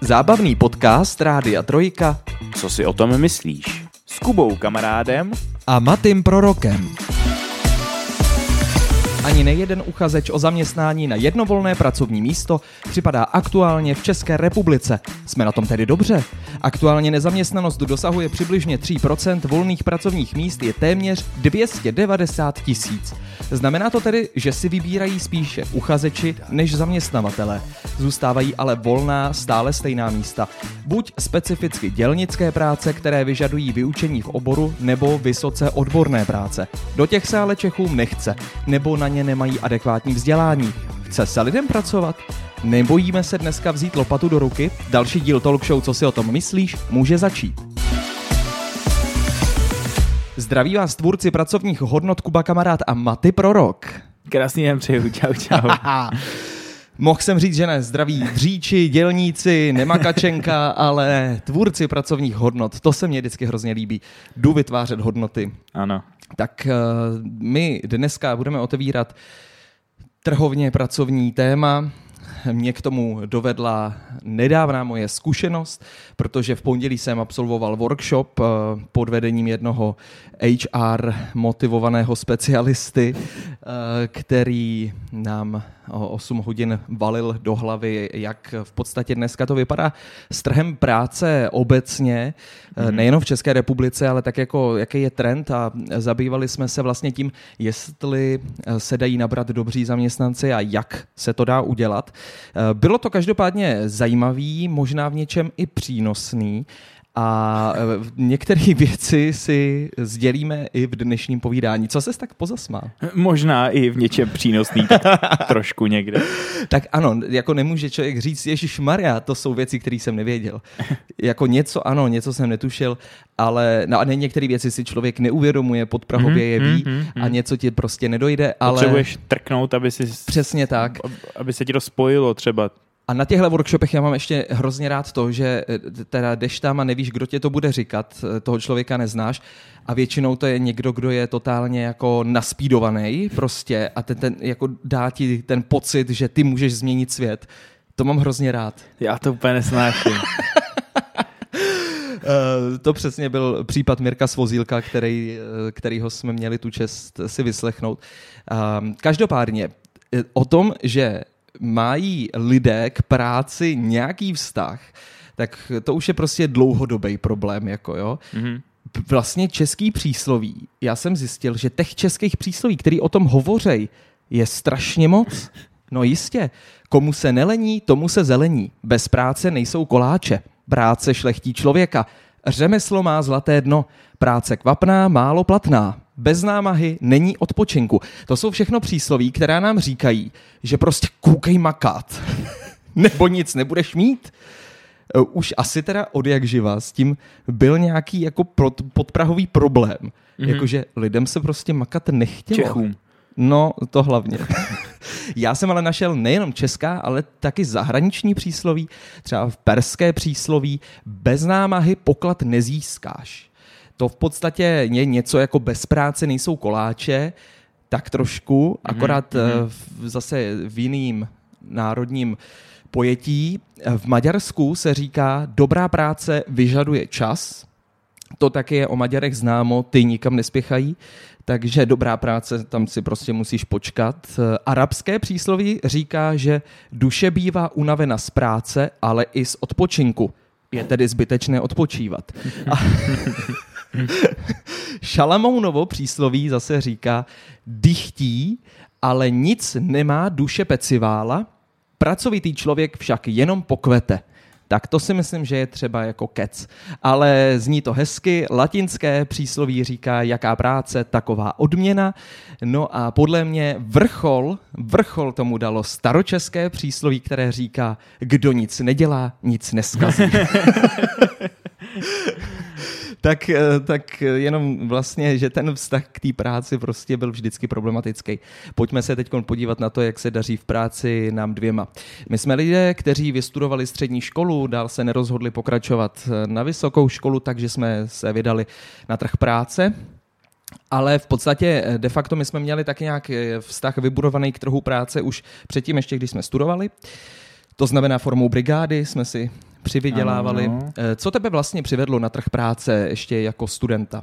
Zábavný podcast Rádia Trojka. Co si o tom myslíš? S Kubou Kamarádem a Matým Prorokem. Ani nejeden uchazeč o zaměstnání na jedno volné pracovní místo připadá aktuálně v České republice. Jsme na tom tedy dobře. Aktuálně nezaměstnanost dosahuje přibližně 3%, volných pracovních míst je téměř 290 000. Znamená to tedy, že si vybírají spíše uchazeči než zaměstnavatelé. Zůstávají ale volná stále stejná místa. Buď specificky dělnické práce, které vyžadují vyučení v oboru, nebo vysoce odborné práce. Do těch se ale Čechům nechce, nebo na ně nemají adekvátní vzdělání. Chce se lidem pracovat? Nebojíme se dneska vzít lopatu do ruky? Další díl talk show Co si o tom myslíš? Může začít. Zdraví vás tvůrci pracovních hodnot Kuba Kamarád a Maty Prorok. Krásný den přeju, čau. Mohl jsem říct, že ne, zdraví dříči, dělníci, nemakačenka, ale tvůrci pracovních hodnot, to se mně vždycky hrozně líbí. Jdu vytvářet hodnoty. Ano. Tak my dneska budeme otevírat trhovně pracovní téma. Mě k tomu dovedla nedávná moje zkušenost, protože v pondělí jsem absolvoval workshop pod vedením jednoho HR motivovaného specialisty, který nám 8 hodin valil do hlavy, jak v podstatě dneska to vypadá s trhem práce obecně, nejenom v České republice, ale tak jako jaký je trend, a zabývali jsme se vlastně tím, jestli se dají nabrat dobří zaměstnanci a jak se to dá udělat. Bylo to každopádně zajímavý, možná v něčem i přínosný, a některé věci si sdělíme i v dnešním povídání. Co ses tak pozasmál? Možná i v něčem přínosný, trošku někde. Tak ano, jako nemůže člověk říct, ježišmarja, to jsou věci, které jsem nevěděl. Jako něco ano, něco jsem netušil, ale no, a některé věci si člověk neuvědomuje, podprahově je ví a něco ti prostě nedojde. Potřebuješ trknout, aby si... Přesně tak. Aby se ti to spojilo třeba. A na těchto workshopech já mám ještě hrozně rád to, že teda jdeš tam a nevíš, kdo tě to bude říkat, toho člověka neznáš a většinou to je někdo, kdo je totálně jako naspídovaný prostě a ten jako dá ti ten pocit, že ty můžeš změnit svět. To mám hrozně rád. Já to úplně nesnáším. To přesně byl případ Mirka Svozílka, kterýho jsme měli tu čest si vyslechnout. Každopádně o tom, že mají lidé k práci nějaký vztah, tak to už je prostě dlouhodobý problém. Jako jo. Vlastně český přísloví, já jsem zjistil, že těch českých přísloví, který o tom hovoří, je strašně moc. No jistě, komu se nelení, tomu se zelení. Bez práce nejsou koláče. Práce šlechtí člověka. Řemeslo má zlaté dno. Práce kvapná, málo platná. Bez námahy není odpočinku. To jsou všechno přísloví, která nám říkají, že prostě koukej makat. Nebo nic nebudeš mít. Už asi teda od jak živa s tím byl nějaký jako podprahový problém. Jakože lidem se prostě makat nechtělo. Čechům. No, to hlavně. Já jsem ale našel nejenom česká, ale taky zahraniční přísloví, třeba v perské přísloví, bez námahy poklad nezískáš. To v podstatě je něco jako bez práce nejsou koláče, tak trošku, akorát zase v jiným národním pojetí. V Maďarsku se říká, dobrá práce vyžaduje čas. To taky je o Maďarech známo, ty nikam nespěchají, takže dobrá práce, tam si prostě musíš počkat. Arabské přísloví říká, že duše bývá unavena z práce, ale i z odpočinku. Je tedy zbytečné odpočívat. Šalamounovo přísloví zase říká, dychtí, ale nic nemá duše pecivála, pracovitý člověk však jenom pokvete. Tak to si myslím, že je třeba jako kec. Ale zní to hezky, latinské přísloví říká, jaká práce, taková odměna. No a podle mě vrchol tomu dalo staročeské přísloví, které říká, kdo nic nedělá, nic neskazí. Tak jenom vlastně, že ten vztah k té práci prostě byl vždycky problematický. Pojďme se teď podívat na to, jak se daří v práci nám dvěma. My jsme lidé, kteří vystudovali střední školu, dál se nerozhodli pokračovat na vysokou školu, takže jsme se vydali na trh práce. Ale v podstatě de facto my jsme měli tak nějak vztah vybudovaný k trhu práce už předtím, ještě když jsme studovali. To znamená, formou brigády jsme si přivydělávali. Ano. Co tebe vlastně přivedlo na trh práce ještě jako studenta?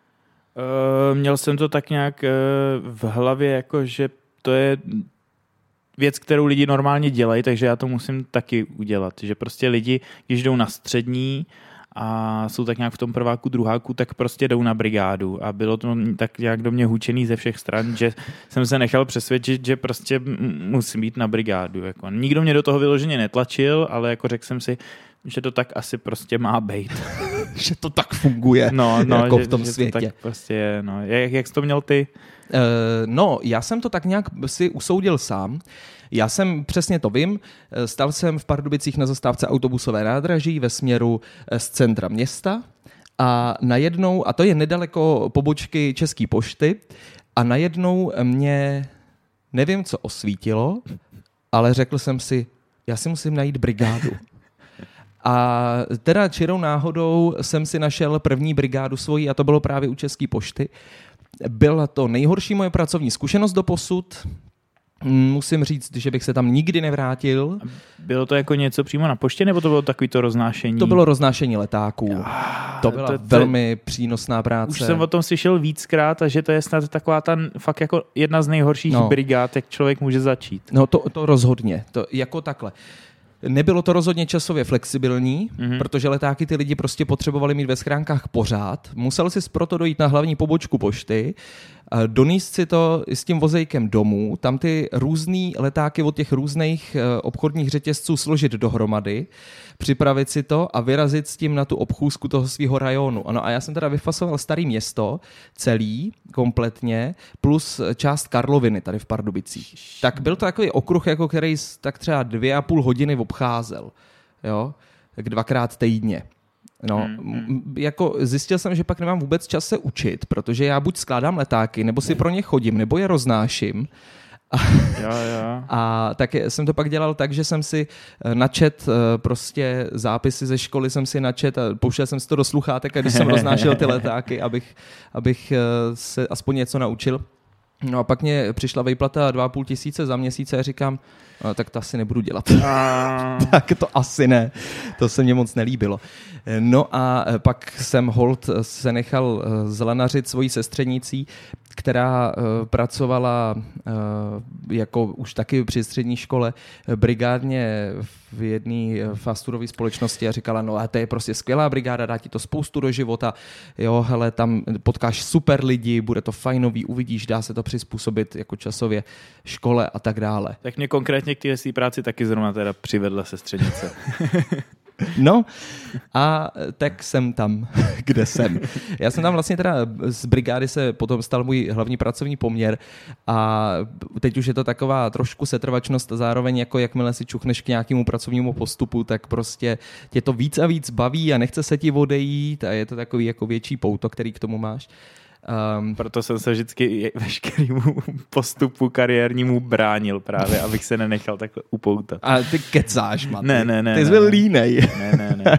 Měl jsem to tak nějak v hlavě, jako že to je věc, kterou lidi normálně dělají, takže já to musím taky udělat. Že prostě lidi, když jdou na střední a jsou tak nějak v tom prváku, druháku, tak prostě jdou na brigádu. A bylo to tak nějak do mě hučený ze všech stran, že jsem se nechal přesvědčit, že prostě musím být na brigádu. Jako. Nikdo mě do toho vyloženě netlačil, ale jako řekl jsem si, že to tak asi prostě má být. Že to tak funguje jako v tom světě. To tak prostě je. No. Jak jsi to měl ty? Já jsem to tak nějak si usoudil sám. Já jsem, přesně to vím, stal jsem v Pardubicích na zastávce autobusové nádraží ve směru z centra města a najednou, a to je nedaleko pobočky České pošty, a najednou mě, nevím, co osvítilo, ale řekl jsem si, já si musím najít brigádu. A teda čirou náhodou jsem si našel první brigádu svojí a to bylo právě u České pošty. Byla to nejhorší moje pracovní zkušenost doposud. Musím říct, že bych se tam nikdy nevrátil. Bylo to jako něco přímo na poště, nebo to bylo takový to roznášení? To bylo roznášení letáků. To byla velmi přínosná práce. Už jsem o tom slyšel víckrát a že to je snad taková ta fakt jako jedna z nejhorších brigád, jak člověk může začít. No to rozhodně. To jako takhle. Nebylo to rozhodně časově flexibilní, protože letáky ty lidi prostě potřebovali mít ve schránkách pořád. Musel si proto dojít na hlavní pobočku pošty, donést si to s tím vozejkem domů, tam ty různý letáky od těch různých obchodních řetězců složit dohromady, připravit si to a vyrazit s tím na tu obchůzku toho svého rajonu. Ano, a já jsem teda vyfasoval Staré Město, celý, kompletně, plus část Karloviny tady v Pardubicích. Tak byl to takový okruh, jako který tak třeba 2,5 hodiny obcházel. Jo? Tak 2krát týdně. No, jako zjistil jsem, že pak nemám vůbec čas se učit, protože já buď skládám letáky, nebo si pro ně chodím, nebo je roznáším. A tak jsem to pak dělal tak, že jsem si načet prostě zápisy ze školy jsem si načet a pouštěl jsem si to do sluchátek, a když jsem roznášel ty letáky, abych se aspoň něco naučil. No a pak mě přišla výplata 2,5 tisíce za měsíc a já říkám, no, tak to asi nebudu dělat. Tak to asi ne. To se mně moc nelíbilo. No a pak jsem holt se nechal zlanařit svojí sestřenicí, která pracovala jako už taky při střední škole brigádně v jedné fast foodové společnosti a říkala, no a to je prostě skvělá brigáda, dá ti to spoustu do života, jo, hele, tam potkáš super lidi, bude to fajnový, uvidíš, dá se to přizpůsobit jako časově škole a tak dále. Tak mě konkrétně k té práci taky zrovna teda přivedla sestřenice. No a tak jsem tam, kde jsem. Já jsem tam vlastně teda z brigády se potom stal můj hlavní pracovní poměr a teď už je to taková trošku setrvačnost a zároveň jako jakmile si čuchneš k nějakému pracovnímu postupu, tak prostě tě to víc a víc baví a nechce se ti odejít a je to takový jako větší pouto, který k tomu máš. Proto jsem se vždycky veškerému postupu kariérnímu bránil právě, abych se nenechal takhle upoutat. A ty kecáš, Maty. Ne. Ty jsi byl línej. Ne.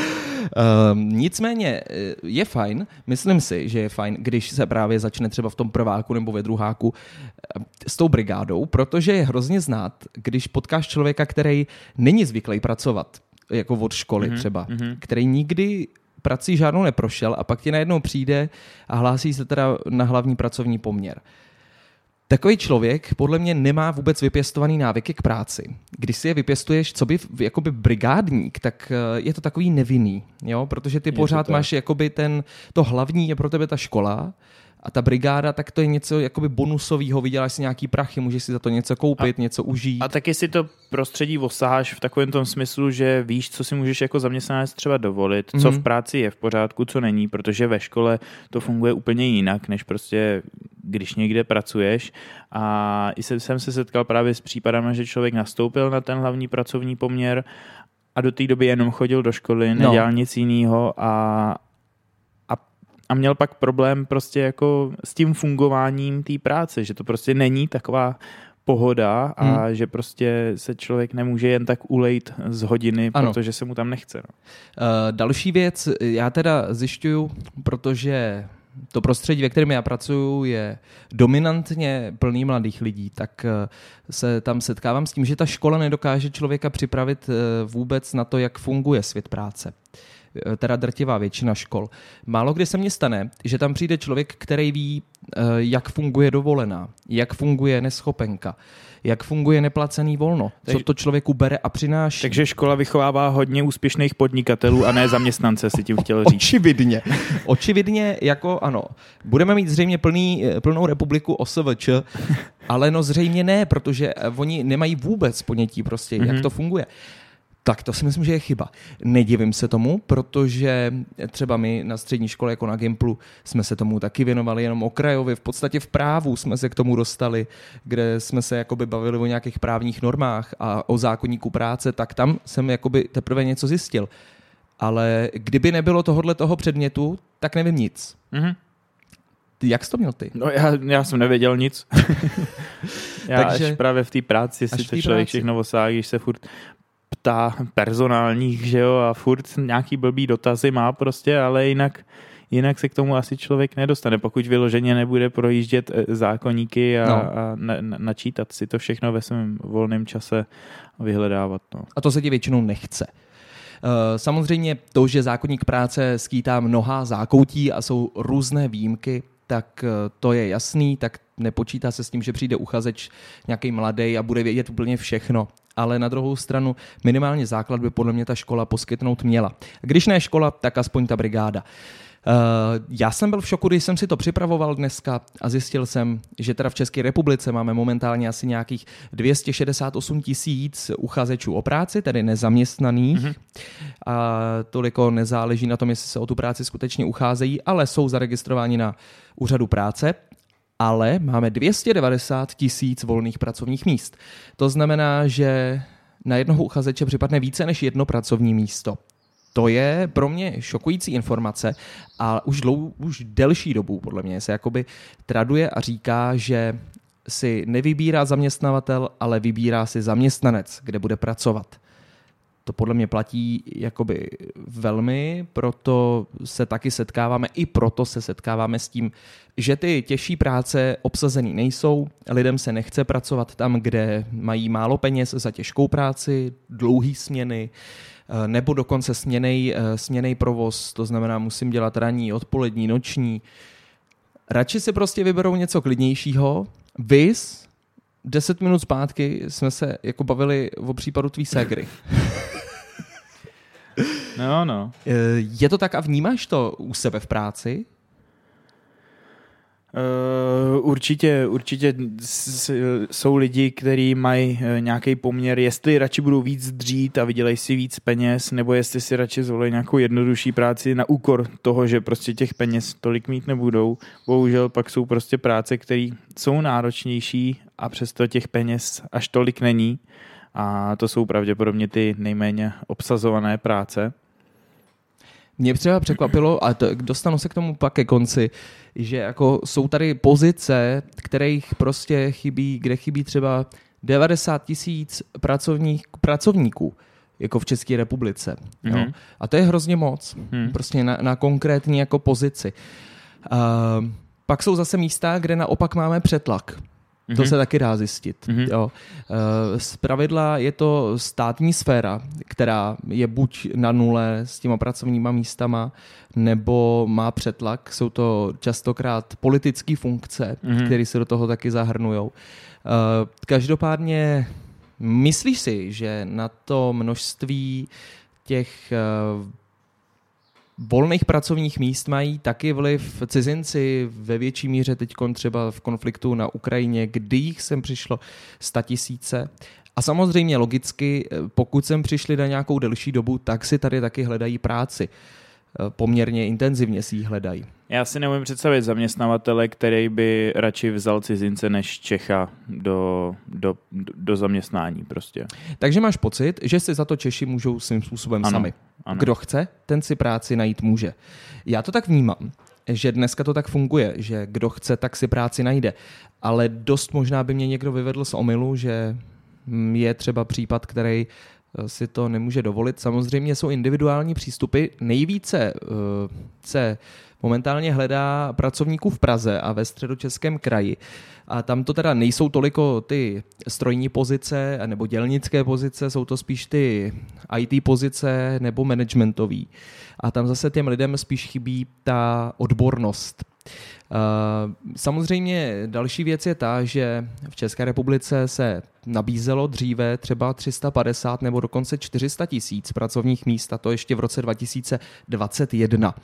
Nicméně je fajn, myslím si, že je fajn, když se právě začne třeba v tom prváku nebo ve druháku s tou brigádou, protože je hrozně znát, když potkáš člověka, který není zvyklý pracovat, jako od školy třeba, který nikdy prací žádnou neprošel a pak ti najednou přijde a hlásí se teda na hlavní pracovní poměr. Takový člověk podle mě nemá vůbec vypěstovaný návyky k práci. Když si je vypěstuješ, co by jakoby brigádník, tak je to takový nevinný, jo? Protože ty pořád máš jakoby to hlavní je pro tebe ta škola a ta brigáda, tak to je něco jakoby bonusového, vyděláš si nějaký prachy, můžeš si za to něco koupit, něco užít. A taky si to prostředí osaháš v takovém tom smyslu, že víš, co si můžeš jako zaměstnanec třeba dovolit, co v práci je v pořádku, co není, protože ve škole to funguje úplně jinak, než prostě když někde pracuješ. A jsem se setkal právě s případem, že člověk nastoupil na ten hlavní pracovní poměr a do té doby jenom chodil do školy, nedělal nic jiného a měl pak problém prostě jako s tím fungováním té práce, že to prostě není taková pohoda a že prostě se člověk nemůže jen tak ulejt z hodiny, protože se mu tam nechce. No. Další věc, já teda zjišťuju, protože to prostředí, ve kterém já pracuji, je dominantně plný mladých lidí, tak se tam setkávám s tím, že ta škola nedokáže člověka připravit vůbec na to, jak funguje svět práce. Teda drtivá většina škol. Málo kdy se mně stane, že tam přijde člověk, který ví, jak funguje dovolená, jak funguje neschopenka, jak funguje neplacený volno, co to člověku bere a přináší. Takže škola vychovává hodně úspěšných podnikatelů a ne zaměstnance, si tím chtěl říct. Očividně. Očividně, jako ano. Budeme mít zřejmě plnou republiku OSVČ, ale no zřejmě ne, protože oni nemají vůbec ponětí prostě, jak to funguje. Tak to si myslím, že je chyba. Nedivím se tomu, protože třeba my na střední škole jako na Gimplu jsme se tomu taky věnovali jenom okrajově. V podstatě v právu jsme se k tomu dostali, kde jsme se jakoby bavili o nějakých právních normách a o zákoníku práce, tak tam jsem jakoby teprve něco zjistil. Ale kdyby nebylo toho předmětu, tak nevím nic. Mm-hmm. Jak jsi to měl ty? No já jsem nevěděl nic. Takže až právě v té práci si to člověk všechno osá, když se furt ptá personálních, že jo, a furt nějaký blbý dotazy má prostě, ale jinak se k tomu asi člověk nedostane, pokud vyloženě nebude projíždět zákoníky a načítat si to všechno ve svém volném čase a vyhledávat. No. A to se ti většinou nechce. Samozřejmě to, že zákoník práce skýtá mnoha zákoutí a jsou různé výjimky, tak to je jasný, tak nepočítá se s tím, že přijde uchazeč nějaký mladý a bude vědět úplně všechno. Ale na druhou stranu minimálně základ by podle mě ta škola poskytnout měla. Když ne škola, tak aspoň ta brigáda. Já jsem byl v šoku, když jsem si to připravoval dneska a zjistil jsem, že teda v České republice máme momentálně asi nějakých 268 000 uchazečů o práci, tedy nezaměstnaných. Mm-hmm. A toliko nezáleží na tom, jestli se o tu práci skutečně ucházejí, ale jsou zaregistrováni na úřadu práce. Ale máme 290 000 volných pracovních míst. To znamená, že na jednoho uchazeče připadne více než jedno pracovní místo. To je pro mě šokující informace a už delší dobu podle mě se jakoby traduje a říká, že si nevybírá zaměstnavatel, ale vybírá si zaměstnanec, kde bude pracovat. To podle mě platí jakoby velmi, proto se taky setkáváme, i proto se setkáváme s tím, že ty těžší práce obsazený nejsou, lidem se nechce pracovat tam, kde mají málo peněz za těžkou práci, dlouhý směny, nebo dokonce směnnej provoz, to znamená musím dělat ranní, odpolední, noční. Radši si prostě vyberou něco klidnějšího, viz 10 minut zpátky jsme se jako bavili o případu tvý ségry. No. Je to tak a vnímáš to u sebe v práci? Určitě jsou lidi, kteří mají nějaký poměr, jestli radši budou víc dřít a vydělají si víc peněz, nebo jestli si radši zvolí nějakou jednodušší práci na úkor toho, že prostě těch peněz tolik mít nebudou. Bohužel pak jsou prostě práce, které jsou náročnější a přesto těch peněz až tolik není. A to jsou pravděpodobně ty nejméně obsazované práce. Mě třeba překvapilo, a dostanu se k tomu pak ke konci, že jako jsou tady pozice, kterých prostě chybí, kde chybí třeba 90 000 pracovníků, jako v České republice. Mm-hmm. Jo? A to je hrozně moc, prostě na konkrétní jako pozici. Pak jsou zase místa, kde naopak máme přetlak. To se taky dá zjistit. Jo. Zpravidla je to státní sféra, která je buď na nule s těma pracovníma místama, nebo má přetlak. Jsou to častokrát politické funkce, které se do toho taky zahrnujou. Každopádně myslíš si, že na to množství těch volných pracovních míst mají taky vliv cizinci ve větší míře teďkon třeba v konfliktu na Ukrajině, kdy jich sem přišlo 100 000. A samozřejmě logicky, pokud sem přišli na nějakou delší dobu, tak si tady taky hledají práci. Poměrně intenzivně si ji hledají. Já si neumím představit zaměstnavatele, který by radši vzal cizince než Čecha do zaměstnání prostě. Takže máš pocit, že si za to Češi můžou svým způsobem sami. Ano. Kdo chce, ten si práci najít může. Já to tak vnímám, že dneska to tak funguje, že kdo chce, tak si práci najde. Ale dost možná by mě někdo vyvedl z omylu, že je třeba případ, který si to nemůže dovolit. Samozřejmě jsou individuální přístupy. Nejvíce se momentálně hledá pracovníků v Praze a ve Středočeském kraji. A tam to teda nejsou toliko ty strojní pozice nebo dělnické pozice, jsou to spíš ty IT pozice nebo managementový. A tam zase těm lidem spíš chybí ta odbornost. Samozřejmě další věc je ta, že v České republice se nabízelo dříve třeba 350 nebo dokonce 400 tisíc pracovních míst, a to ještě v roce 2021.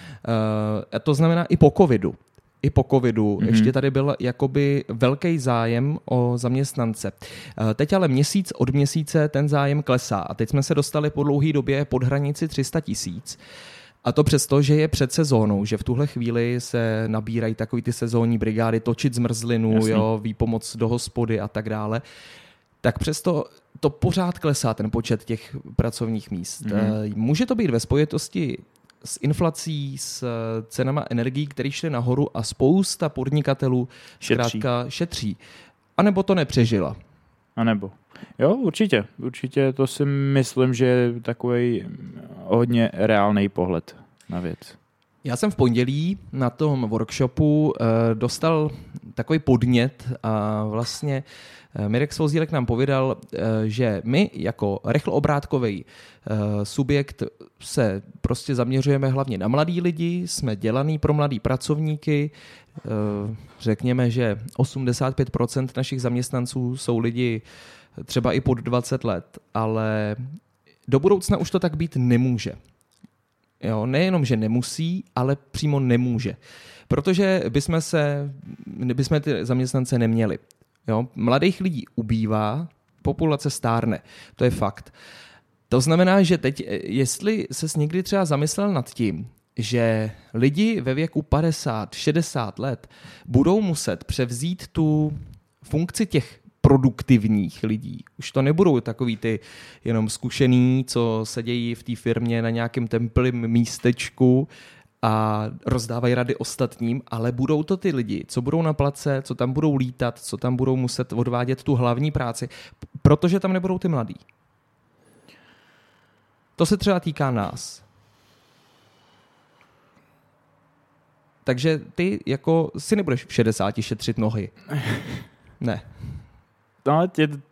To znamená i po covidu. Ještě tady byl jakoby velký zájem o zaměstnance. Teď ale měsíc od měsíce ten zájem klesá a teď jsme se dostali po dlouhé době pod hranici 300 tisíc. A to přesto, že je před sezónou, že v tuhle chvíli se nabírají takový ty sezónní brigády, točit zmrzlinu, jo, výpomoc do hospody a tak dále. Tak přesto to pořád klesá ten počet těch pracovních míst. Může to být ve spojitosti s inflací, s cenama energií, které šly nahoru a spousta podnikatelů zkrátka šetří. A nebo to nepřežila. A nebo. Jo, určitě. Určitě to si myslím, že je takový hodně reálný pohled na věc. Já jsem v pondělí na tom workshopu dostal takový podnět a vlastně Mirek Svozílek nám povědal, že my jako rychloobrátkový subjekt se prostě zaměřujeme hlavně na mladý lidi, jsme dělaný pro mladý pracovníky, řekněme, že 85% našich zaměstnanců jsou lidi třeba i pod 20 let, ale do budoucna už to tak být nemůže. Jo, nejenom, že nemusí, ale přímo nemůže. Protože bychom ty zaměstnance neměli. Jo, mladých lidí ubývá, populace stárne. To je fakt. To znamená, že teď, jestli ses někdy třeba zamyslel nad tím, že lidi ve věku 50, 60 let budou muset převzít tu funkci těch produktivních lidí. Už to nebudou takový ty jenom zkušený, co sedějí v té firmě na nějakém templém místečku a rozdávají rady ostatním, ale budou to ty lidi, co budou na place, co tam budou lítat, co tam budou muset odvádět tu hlavní práci, protože tam nebudou ty mladí. To se třeba týká nás. Takže ty jako si nebudeš v 60 šetřit nohy. Ne. No,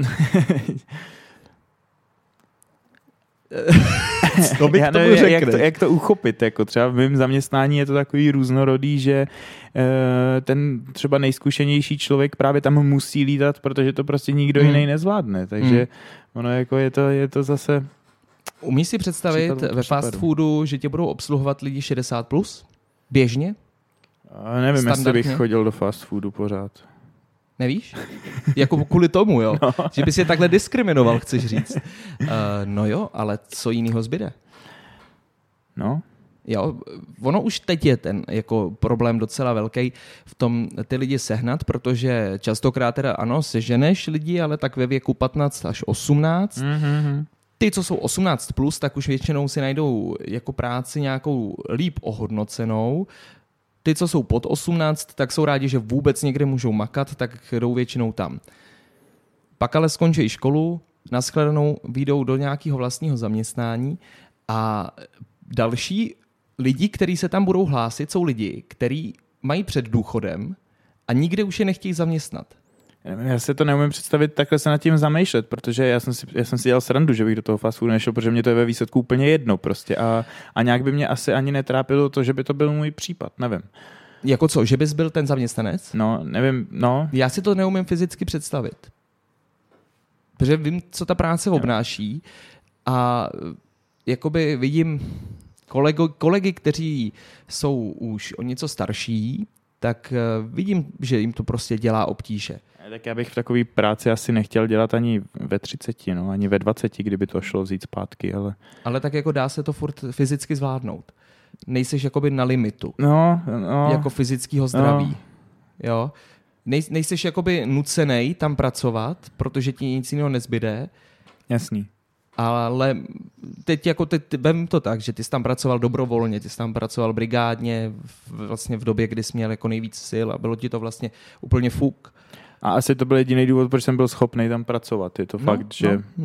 Co bych tomu řekl? Jak to uchopit? Jako třeba v mém zaměstnání je to takový různorodý, že ten třeba nejzkušenější člověk právě tam musí lítat, protože to prostě nikdo jiný nezvládne. Takže ono jako je to zase... Umíš si představit ve fast foodu, že tě budou obsluhovat lidi 60+? Plus? Běžně? Nevím, jestli bych chodil do fast foodu pořád. Nevíš? Jako kvůli tomu, jo? No. Že bys je takhle diskriminoval, chceš říct. No jo, ale co jinýho zbyde? No. Jo, ono už teď je ten jako problém docela velký v tom ty lidi sehnat, protože častokrát teda ano, seženeš lidi, ale tak ve věku 15 až 18. Mm-hmm. Ty, co jsou 18+, plus, tak už většinou si najdou jako práci nějakou líp ohodnocenou. Ty, co jsou pod 18, tak jsou rádi, že vůbec někde můžou makat, tak jdou většinou tam. Pak ale skončí školu, nashledanou vyjdou do nějakého vlastního zaměstnání a další lidi, kteří se tam budou hlásit, jsou lidi, kteří mají před důchodem a nikde už je nechtějí zaměstnat. Já si to neumím představit takhle se nad tím zamýšlet, protože já jsem si dělal srandu, že bych do toho fast foodu nešel, protože mě to je ve výsledku úplně jedno prostě a nějak by mě asi ani netrápilo to, že by to byl můj případ, nevím. Jako co, že bys byl ten zaměstnanec? No, nevím, no. Já si to neumím fyzicky představit. Protože vím, co ta práce obnáší a jakoby vidím kolegy, kteří jsou už o něco starší, tak vidím, že jim to prostě dělá obtíže. Tak já bych v takové práci asi nechtěl dělat ani ve 30, no, ani ve 20, kdyby to šlo vzít zpátky, ale... Ale tak jako dá se to furt fyzicky zvládnout. Nejseš jakoby na limitu. No. Jako fyzického zdraví. No. Jo. Nejseš jakoby nucenej tam pracovat, protože ti nic jiného nezbyde. Jasný. Ale teď vem to tak, že ty jsi tam pracoval dobrovolně, ty jsi tam pracoval brigádně vlastně v době, kdy jsi měl jako nejvíc sil a bylo ti to vlastně úplně fuk. A asi to byl jediný důvod, proč jsem byl schopný tam pracovat. Je to fakt, že... No.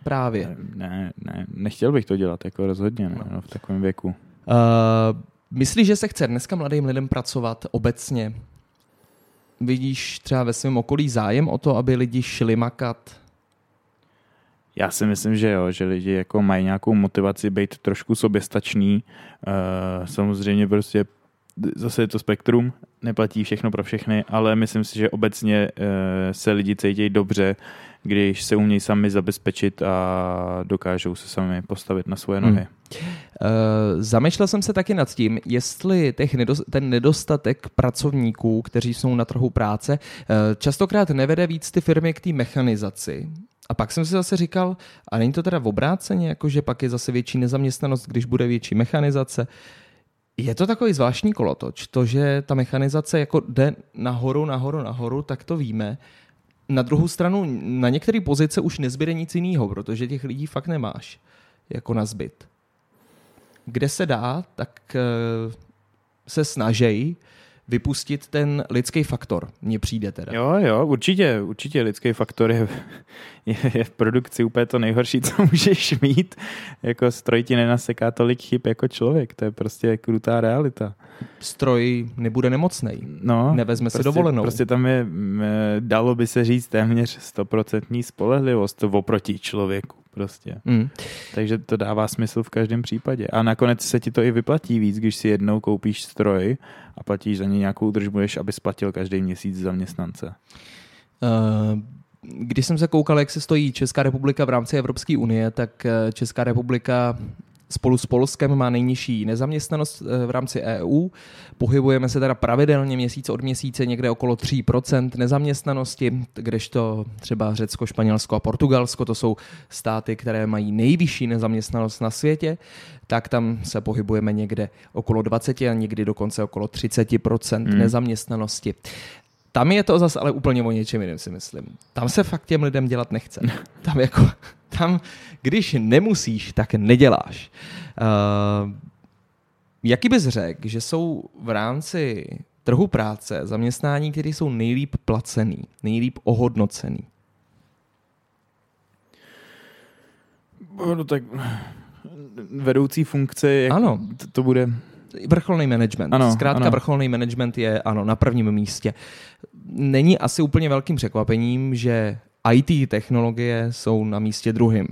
Právě. Ne, nechtěl bych to dělat, jako rozhodně, ne, v takovém věku. Myslíš, že se chce dneska mladým lidem pracovat obecně? Vidíš třeba ve svém okolí zájem o to, aby lidi šli makat? Já si myslím, že jo, že lidi jako mají nějakou motivaci být trošku soběstačný. Samozřejmě prostě zase je to spektrum, neplatí všechno pro všechny, ale myslím si, že obecně se lidi cítí dobře, když se umějí sami zabezpečit a dokážou se sami postavit na svoje nohy. Zamýšlel jsem se taky nad tím, jestli ten nedostatek pracovníků, kteří jsou na trhu práce, častokrát nevede víc ty firmy k té mechanizaci. A pak jsem si zase říkal, a není to teda v obráceně, jakože pak je zase větší nezaměstnanost, když bude větší mechanizace. Je to takový zvláštní kolotoč, to, že ta mechanizace jako jde nahoru, tak to víme. Na druhou stranu na některé pozice už nezbyde nic jiného, protože těch lidí fakt nemáš jako na zbyt. Kde se dá, tak se snaží vypustit ten lidský faktor. Mně přijde teda. Jo, určitě lidský faktor je v produkci úplně to nejhorší, co můžeš mít. Jako stroj ti nenaseká tolik chyb jako člověk. To je prostě krutá realita. Stroj nebude nemocnej. No, nevezme si dovolenou. Prostě tam je, dalo by se říct, téměř 100% spolehlivost oproti člověku. Prostě. Takže to dává smysl v každém případě. A nakonec se ti to i vyplatí víc, když si jednou koupíš stroj a platíš za něj nějakou držbu, aby splatil každý měsíc zaměstnance. Když jsem se koukal, jak se stojí Česká republika v rámci Evropské unie, tak Česká republika spolu s Polskem má nejnižší nezaměstnanost v rámci EU. Pohybujeme se teda pravidelně měsíc od měsíce někde okolo 3% nezaměstnanosti, kdežto třeba Řecko, Španělsko a Portugalsko, to jsou státy, které mají nejvyšší nezaměstnanost na světě, tak tam se pohybujeme někde okolo 20 a někdy dokonce okolo 30% nezaměstnanosti. Tam je to zase ale úplně o něčem jiném, si myslím. Tam se fakt těm lidem dělat nechce. Tam, když nemusíš, tak neděláš. Jaký bys řekl, že jsou v rámci trhu práce zaměstnání, které jsou nejlíp placený, nejlíp ohodnocený? No tak vedoucí funkce, jak ano. To bude... Vrcholný management. Zkrátka vrcholný management je na prvním místě. Není asi úplně velkým překvapením, že IT technologie jsou na místě druhým.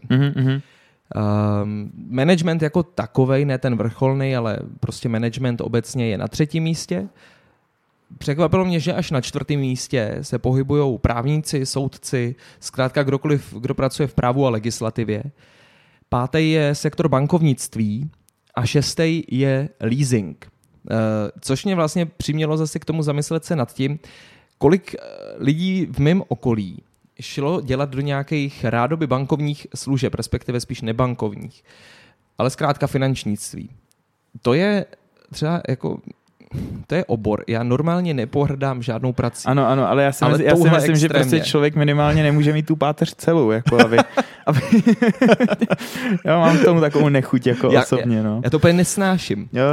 Management jako takovej, ne ten vrcholný, ale prostě management obecně je na třetím místě. Překvapilo mě, že až na čtvrtém místě se pohybují právníci, soudci, zkrátka kdokoliv, kdo pracuje v právu a legislativě. Pátý je sektor bankovnictví a šestý je leasing. Což mě vlastně přimělo zase k tomu zamyslet se nad tím, kolik lidí v mém okolí šlo dělat do nějakých rádoby bankovních služeb, respektive spíš nebankovních, ale zkrátka finančnictví. To je třeba jako... To je obor. Já normálně nepohrdám žádnou prací. Ano, ale já si myslím, extrémně. Že prostě člověk minimálně nemůže mít tu páteř celou, jako aby já mám k tomu takovou nechuť jako osobně. No. Já to úplně nesnáším. Jo.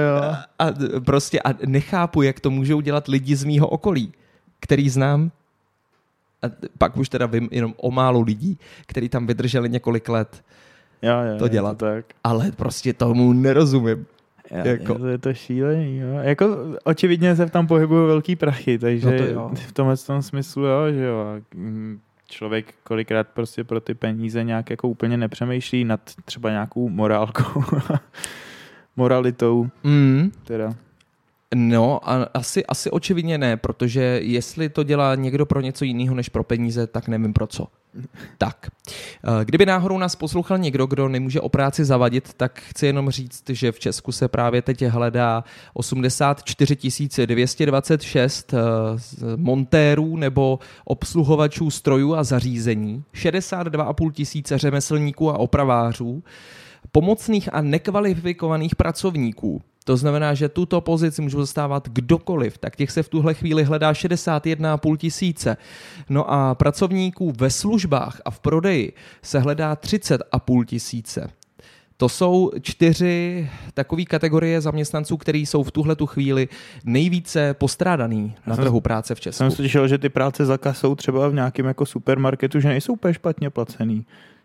A nechápu, jak to můžou dělat lidi z mýho okolí, který znám. A pak už teda vím jenom o málo lidí, kteří tam vydrželi několik let to dělat. To tak. Ale prostě tomu nerozumím. Je to šílený. Jo. Jako očividně se tam pohybují velký prachy, takže v tomhle smyslu že jo. Člověk kolikrát prostě pro ty peníze nějak jako úplně nepřemýšlí nad třeba nějakou morálkou, moralitou. Teda. No a asi očividně ne, protože jestli to dělá někdo pro něco jiného než pro peníze, tak nevím pro co. Tak. Kdyby náhodou nás poslouchal někdo, kdo nemůže o práci zavadit, tak chci jenom říct, že v Česku se právě teď hledá 84 226 montérů nebo obsluhovačů strojů a zařízení, 62,5 tisíce řemeslníků a opravářů, pomocných a nekvalifikovaných pracovníků. To znamená, že tuto pozici můžou zastávat kdokoliv, tak těch se v tuhle chvíli hledá 61,5 tisíce. No a pracovníků ve službách a v prodeji se hledá 30,5 tisíce. To jsou 4 takové kategorie zaměstnanců, který jsou v tuhletu chvíli nejvíce postrádaný na trhu práce v Česku. Jsem slyšel, že ty práce za kasou třeba v nějakém jako supermarketu, že nejsou úplně špatně placený.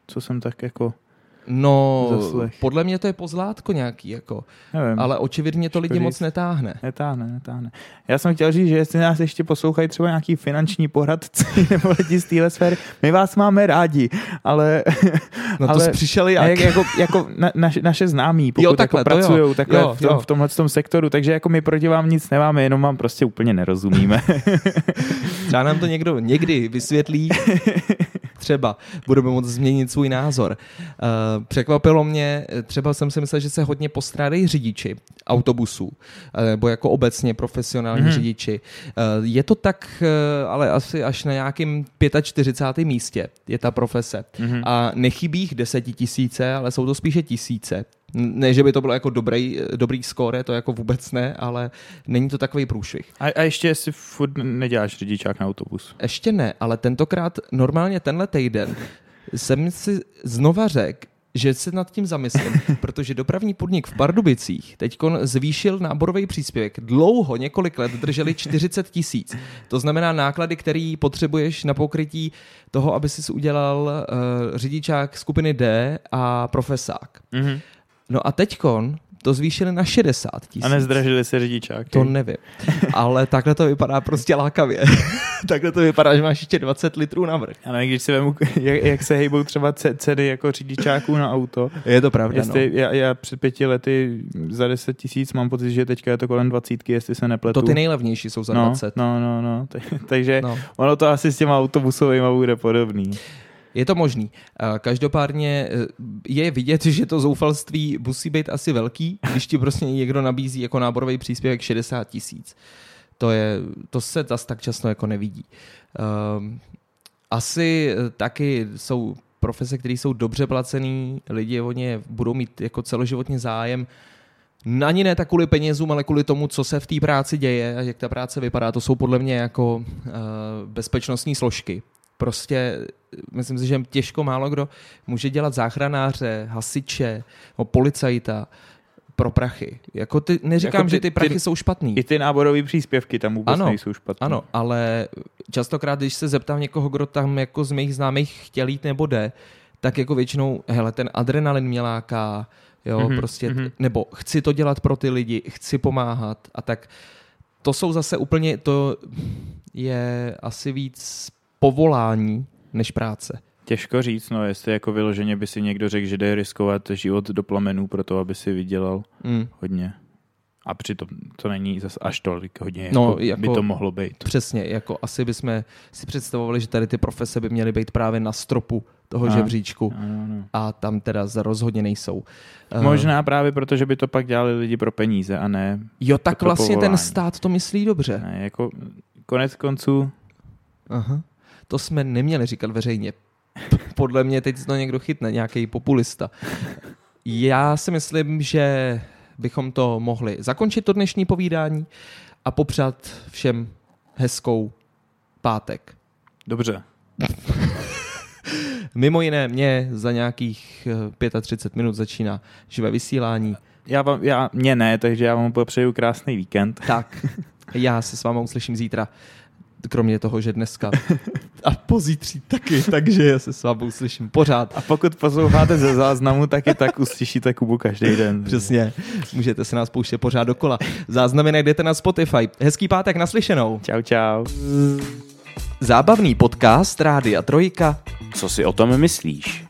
co jsem tak jako No, zaslech. podle mě to je pozlátko nějaký, jako. Nevím. Ale očividně to lidi moc netáhne. Netáhne. Já jsem chtěl říct, že jestli nás ještě poslouchají třeba nějaký finanční poradci nebo lidi z téhle sféry, my vás máme rádi, ale... No to jsi přišel jak? Jako naše známí, pokud takhle, jako pracujou takhle jo. v tomhletom sektoru, takže jako my proti vám nic nemáme, jenom vám prostě úplně nerozumíme. Třeba nám to někdo někdy vysvětlí, třeba budeme moct změnit svůj názor. Překvapilo mě, třeba jsem si myslel, že se hodně postrádají řidiči autobusů, nebo jako obecně profesionální řidiči. Je to tak, ale asi až na nějakém 45. místě je ta profese. A nechybí jich 10 000, ale jsou to spíše tisíce. Ne, že by to bylo jako dobrý skóre, to jako vůbec ne, ale není to takový průšvih. A ještě si furt neděláš řidičák na autobus? Ještě ne, ale tentokrát normálně tenhle týden jsem si znova řekl, že se nad tím zamyslím, protože dopravní podnik v Pardubicích teďkon zvýšil náborový příspěvek. Dlouho, několik let drželi 40 000. To znamená náklady, které potřebuješ na pokrytí toho, aby si udělal řidičák skupiny D a profesák. Mm-hmm. No a teďkon to zvýšili na 60 000. A nezdražili se řidičáky? To nevím. Ale takhle to vypadá prostě lákavě. Takhle to vypadá, že máš ještě 20 litrů navrch. Ale když si vemu, jak se hejbou třeba ceny jako řidičáků na auto. Je to pravda, jestli, no. Já před 5 lety za 10 000 mám pocit, že teďka je to kolem 20, jestli se nepletu. To ty nejlevnější jsou za 20. No. Takže ono to asi s těma autobusovými bude podobný. Je to možný. Každopádně je vidět, že to zoufalství musí být asi velký, když ti prostě někdo nabízí jako náborový příspěvek 60 000. To se zase tak často jako nevidí. Asi taky jsou profese, které jsou dobře placený, lidi o ně budou mít jako celoživotně zájem. Ani ne tak kvůli penězům, ale kvůli tomu, co se v té práci děje a jak ta práce vypadá. To jsou podle mě jako bezpečnostní složky. Prostě myslím si, že těžko málo kdo může dělat záchranáře, hasiče, policajta pro prachy. Jako neříkám, jako že ty prachy jsou špatný. I ty náborové příspěvky tam vůbec nejsou špatný. Ano, ale častokrát, když se zeptám někoho, kdo tam jako z mých známých chtěl jít nebo jde, tak jako většinou, hele, ten adrenalin mě láká, jo, nebo chci to dělat pro ty lidi, chci pomáhat a tak. To jsou zase úplně, to je asi víc povolání než práce. Těžko říct, no, jestli jako vyloženě by si někdo řekl, že jde riskovat život do plamenů pro to, aby si vydělal hodně. A přitom to není zase až tolik hodně, jako by to mohlo být. Přesně, jako asi bychom si představovali, že tady ty profese by měly být právě na stropu toho žebříčku. A tam teda rozhodně nejsou. Možná právě proto, že by to pak dělali lidi pro peníze a ne. Jo, tak vlastně povolání. Ten stát to myslí dobře. Ne, jako konec konců. Aha. To jsme neměli říkat veřejně. Podle mě teď to někdo chytne, nějaký populista. Já si myslím, že bychom to mohli zakončit to dnešní povídání a popřát všem hezkou pátek. Dobře. Mimo jiné, mě za nějakých 35 minut začíná živé vysílání. Mně ne, takže já vám popřeju krásný víkend. Tak, já se s váma uslyším zítra. Kromě toho, že dneska a pozítří taky, takže já se s vámi uslyším pořád. A pokud posloucháte ze záznamu, tak i tak uslyšíte Kubu každý den. Přesně, můžete se nás pouštět pořád dokola. Záznamy najdete na Spotify. Hezký pátek, naslyšenou. Čau. Zábavný podcast Rádia Trojka. Co si o tom myslíš?